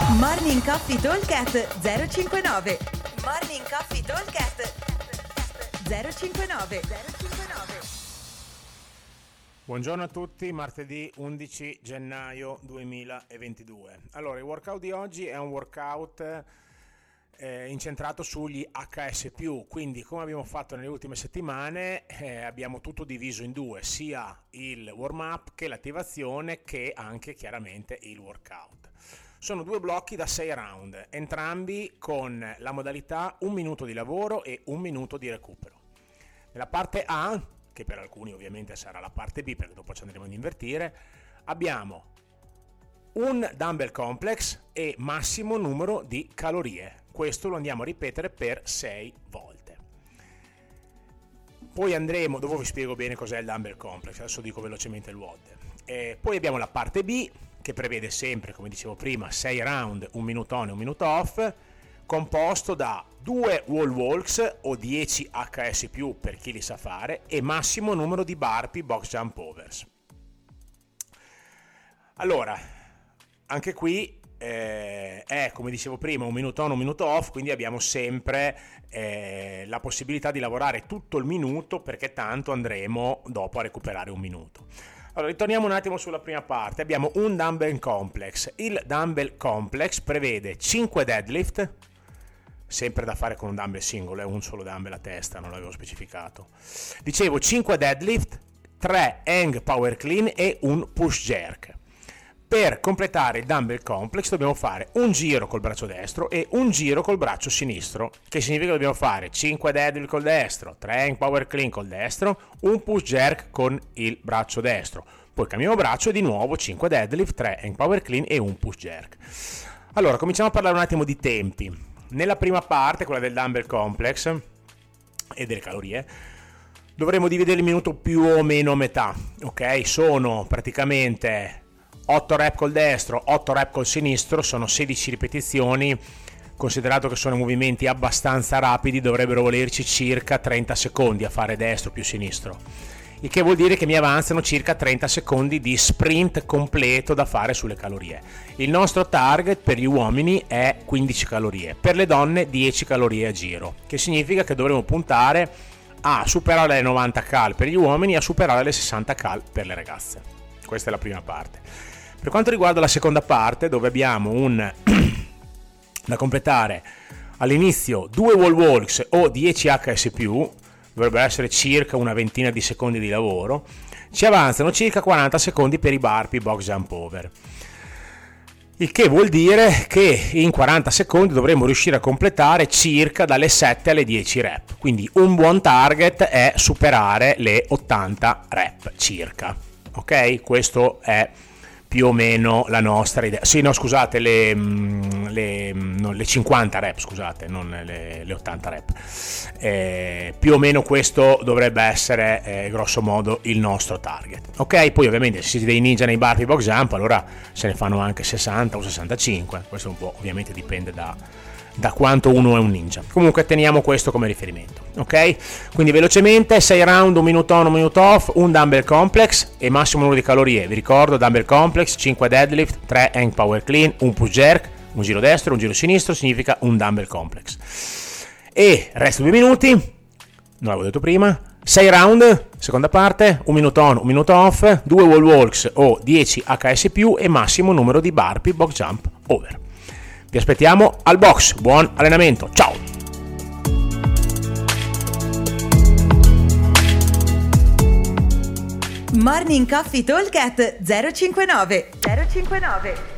Morning Coffee Talkcast 059. Morning Coffee Talkcast 059. Buongiorno a tutti, martedì 11 gennaio 2022. Allora, il workout di oggi è un workout incentrato sugli HS+, quindi come abbiamo fatto nelle ultime settimane abbiamo tutto diviso in due, sia il warm up che l'attivazione che anche chiaramente il workout. Sono due blocchi da 6 round, entrambi con la modalità 1 minuto di lavoro e 1 minuto di recupero. Nella parte A, che per alcuni ovviamente sarà la parte B perché dopo ci andremo ad invertire, abbiamo un dumbbell complex e massimo numero di calorie. Questo lo andiamo a ripetere per 6 volte. Poi andremo, dopo vi spiego bene cos'è il dumbbell complex, adesso dico velocemente il WOD. Poi abbiamo la parte B, che prevede sempre, come dicevo prima, 6 round, 1 minuto on e 1 minuto off, composto da 2 wall walks o 10 HS+, per chi li sa fare, e massimo numero di burpee box jump overs. Allora, anche qui è, come dicevo prima, 1 minuto on, 1 minuto off, quindi abbiamo sempre la possibilità di lavorare tutto il minuto, perché tanto andremo dopo a recuperare 1 minuto. Allora, ritorniamo un attimo sulla prima parte. Abbiamo un dumbbell complex. Il dumbbell complex prevede 5 deadlift, sempre da fare con un dumbbell singolo, è un solo dumbbell a testa, non l'avevo specificato. Dicevo 5 deadlift, 3 hang power clean e un push jerk. Per completare il dumbbell complex dobbiamo fare un giro col braccio destro e un giro col braccio sinistro, che significa che dobbiamo fare 5 deadlift col destro, 3 hang power clean col destro, un push jerk con il braccio destro, poi cambiamo braccio e di nuovo 5 deadlift, 3 hang power clean e un push jerk. Allora, cominciamo a parlare un attimo di tempi. Nella prima parte, quella del dumbbell complex e delle calorie, dovremo dividere il minuto più o meno a metà, ok? Sono praticamente 8 rep col destro, 8 rep col sinistro, sono 16 ripetizioni, considerato che sono movimenti abbastanza rapidi, dovrebbero volerci circa 30 secondi a fare destro più sinistro, il che vuol dire che mi avanzano circa 30 secondi di sprint completo da fare sulle calorie. Il nostro target per gli uomini è 15 calorie, per le donne 10 calorie a giro, che significa che dovremo puntare a superare le 90 cal per gli uomini e a superare le 60 cal per le ragazze. Questa è la prima parte. Per quanto riguarda la seconda parte, dove abbiamo da completare all'inizio 2 wall walks o 10 HS+, dovrebbe essere circa una ventina di secondi di lavoro, ci avanzano circa 40 secondi per i burpee box jump over. Il che vuol dire che in 40 secondi dovremo riuscire a completare circa dalle 7 alle 10 rep. Quindi un buon target è superare le 80 rep circa. Ok? Questo è più o meno la nostra idea. Sì, no, scusate, le 50 rep, scusate, non le 80 rep. Più o meno questo dovrebbe essere grosso modo il nostro target. Ok, poi ovviamente se siete dei ninja nei burpee box jump, allora se ne fanno anche 60 o 65. Questo un po' ovviamente dipende da quanto uno è un ninja. Comunque teniamo questo come riferimento, ok? Quindi velocemente 6 round, 1 minuto on, 1 minuto off, un dumbbell complex e massimo numero di calorie. Vi ricordo, dumbbell complex, 5 deadlift, 3 hang power clean, un push jerk, un giro destro, un giro sinistro, significa un dumbbell complex. E resto 2 minuti, non l'avevo detto prima, 6 round, seconda parte, 1 minuto on, 1 minuto off, 2 wall walks o 10 HS+, e massimo numero di burpee box jump over. Vi aspettiamo al box, buon allenamento, ciao! Morning Coffee Talkcast 059.